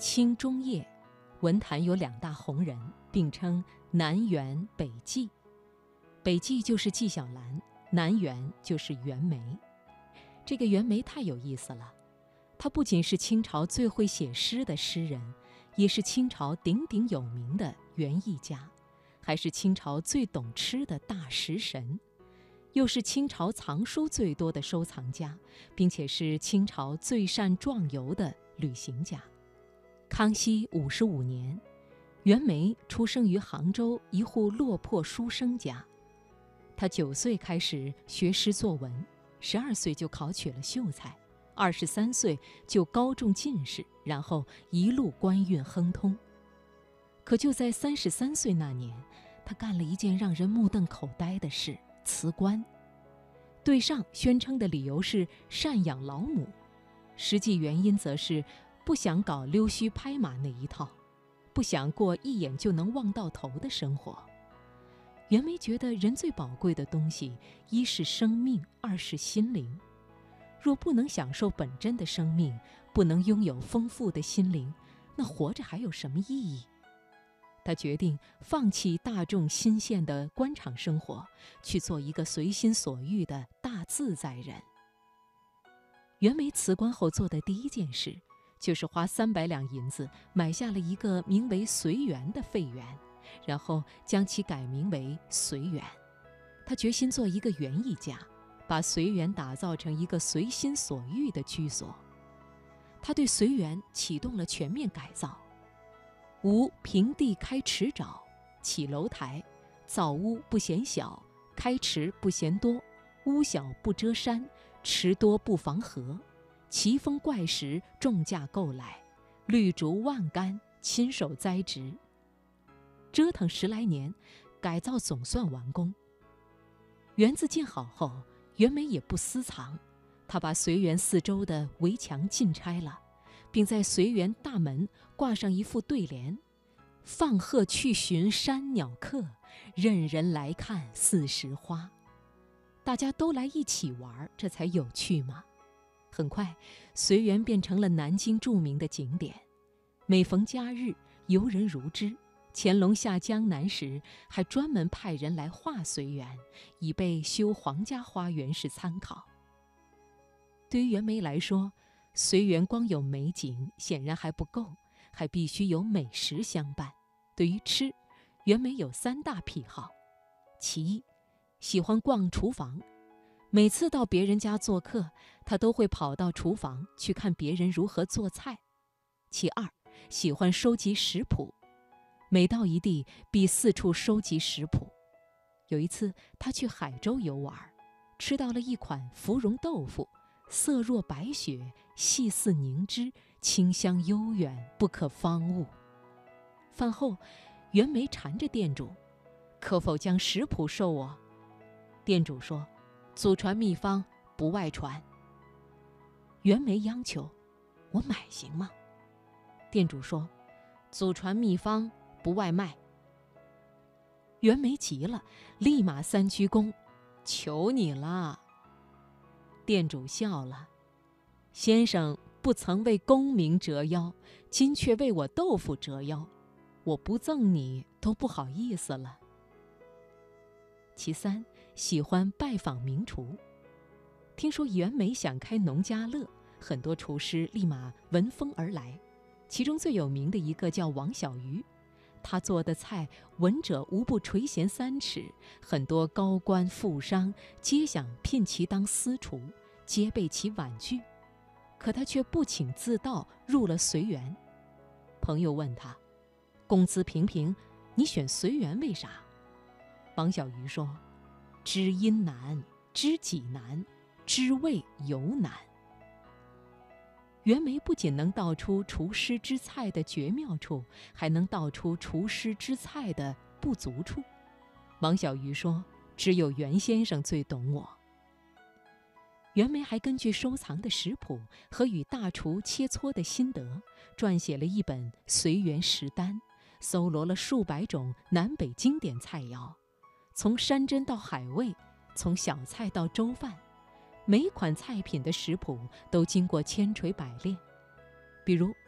清中叶，文坛有2大红人，并称南园北纪。北纪就是纪晓岚，南园就是袁枚。这个袁枚太有意思了，他不仅是清朝最会写诗的诗人，也是清朝鼎鼎有名的园艺家，还是清朝最懂吃的大食神，又是清朝藏书最多的收藏家，并且是清朝最善壮游的旅行家。康熙55年，袁枚出生于杭州一户落魄书生家。他9岁开始学诗作文，12岁就考取了秀才，23岁就高中进士，然后一路官运亨通。可就在33岁那年，他干了一件让人目瞪口呆的事，辞官。对上宣称的理由是赡养老母，实际原因则是不想搞溜须拍马那一套，不想过一眼就能望到头的生活。袁枚觉得人最宝贵的东西，一是生命，二是心灵。若不能享受本真的生命，不能拥有丰富的心灵，那活着还有什么意义？他决定放弃大众新鲜的官场生活，去做一个随心所欲的大自在人。袁枚辞官后做的第一件事，就是花300两银子买下了一个名为随园的废园，然后将其改名为随园。他决心做一个园艺家，把随园打造成一个随心所欲的居所。他对随园启动了全面改造，无平地开池沼，起楼台，造屋不嫌小，开池不嫌多，屋小不遮山，池多不防河，奇峰怪石重价购来，绿竹万竿亲手栽植。折腾10来年，改造总算完工。园子建好后，袁枚也不私藏，他把随园4周的围墙尽拆了，并在随园大门挂上一副对联：放鹤去寻山鸟客，任人来看40花。大家都来一起玩，这才有趣嘛。很快，随园变成了南京著名的景点，每逢佳日，游人如织。乾隆下江南时，还专门派人来画随园，以备修皇家花园时参考。对于袁枚来说，随园光有美景显然还不够，还必须有美食相伴。对于吃，袁枚有3大癖好。其一，喜欢逛厨房。每次到别人家做客，他都会跑到厨房去看别人如何做菜。其二，喜欢收集食谱。每到一地，必四处收集食谱。有一次，他去海州游玩，吃到了一款芙蓉豆腐，色若白雪，细似凝脂，清香悠远，不可方物。饭后，袁枚缠着店主，可否将食谱授我？店主说，祖传秘方，不外传。袁枚央求，我买行吗？店主说，祖传秘方，不外卖。袁枚急了，立马3鞠躬，求你了。店主笑了，先生不曾为功名折腰，今却为我豆腐折腰，我不赠你都不好意思了。其三，喜欢拜访名厨。听说袁枚想开农家乐，很多厨师立马闻风而来，其中最有名的一个叫王小鱼。他做的菜闻者无不垂涎3尺，很多高官富商皆想聘其当私厨，皆被其婉拒。可他却不请自到，入了随园。朋友问他，工资平平，你选随园为啥？王小鱼说，知音难，知己难，知味尤难。袁枚不仅能道出厨师之菜的绝妙处，还能道出厨师之菜的不足处。王小鱼说，只有袁先生最懂我。袁枚还根据收藏的食谱和与大厨切磋的心得，撰写了一本《随园食单》，搜罗了数百种南北经典菜肴，从山珍到海味，从小菜到粥饭，每款菜品的食谱都经过千锤百炼。比如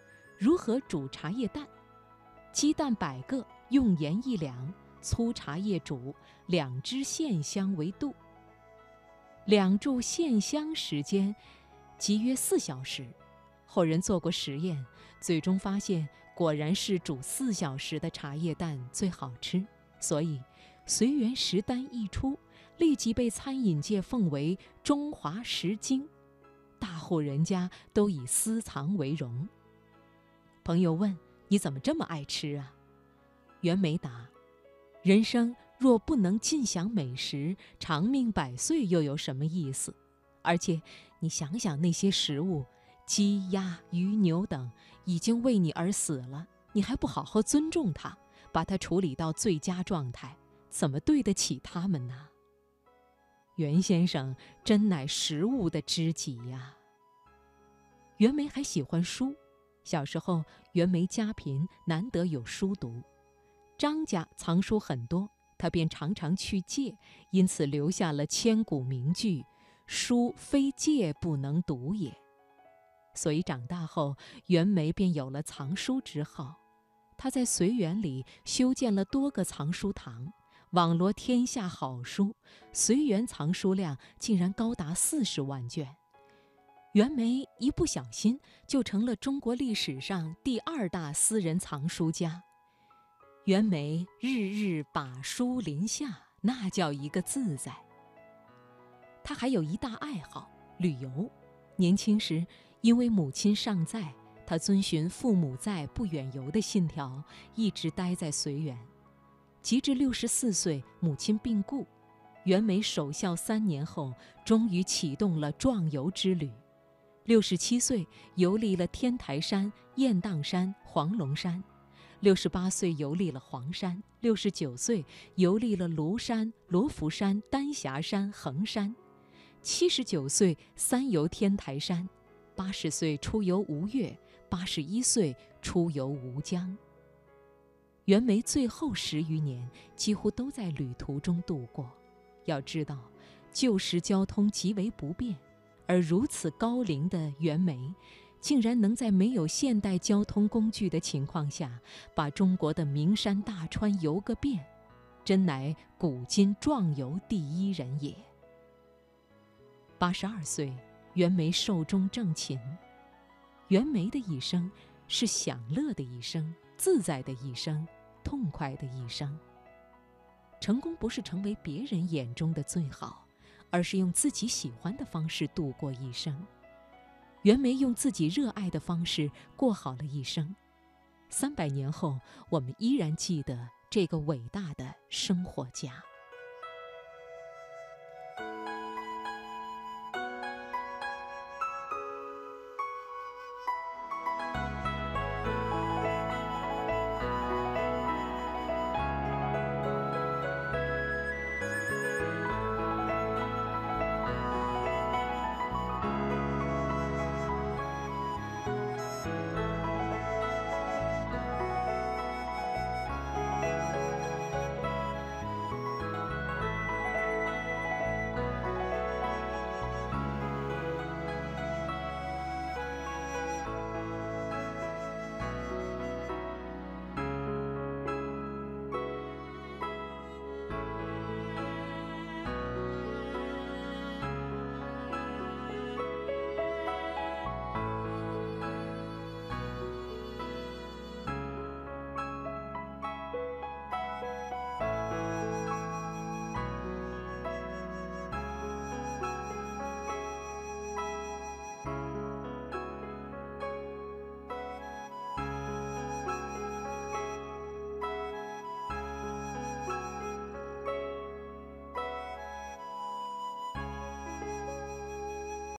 如何煮茶叶蛋。鸡蛋100个，用盐1两，粗茶叶煮，2支线香为度。2炷线香时间即约4小时。后人做过实验，最终发现果然是煮4小时的茶叶蛋最好吃，所以随园食单一出，立即被餐饮界奉为中华食经，大户人家都以私藏为荣。朋友问：你怎么这么爱吃啊？袁枚答：人生若不能尽享美食，长命100岁又有什么意思？而且你想想那些食物，鸡鸭鱼牛等已经为你而死了，你还不好好尊重它，把它处理到最佳状态，怎么对得起他们呢？袁先生真乃食物的知己呀。袁枚还喜欢书，小时候袁枚家贫，难得有书读。张家藏书很多，他便常常去借，因此留下了千古名句：书非借不能读也。所以长大后，袁枚便有了藏书之好。他在随园里修建了多个藏书堂，网罗天下好书，随园藏书量竟然高达40万卷。袁枚一不小心就成了中国历史上第2大私人藏书家。袁枚日日把书临下，那叫一个自在。他还有一大爱好，旅游。年轻时因为母亲尚在，他遵循父母在不远游的信条，一直待在随园。及至64岁，母亲病故，袁枚守孝3年后，终于启动了壮游之旅。67岁游历了天台山、雁荡山、黄龙山。68岁游历了黄山，69岁游历了庐山、罗浮山、丹霞山、衡山，79岁3游天台山，80岁出游吴越，81岁出游吴江。袁枚最后10余年几乎都在旅途中度过。要知道，旧时交通极为不便，而如此高龄的袁枚竟然能在没有现代交通工具的情况下，把中国的名山大川游个遍，真乃古今壮游第1人也。82岁，袁枚寿终正寝。袁枚的一生是享乐的一生，自在的一生，痛快的一生。成功不是成为别人眼中的最好，而是用自己喜欢的方式度过一生。袁枚用自己热爱的方式过好了一生。300年后，我们依然记得这个伟大的生活家。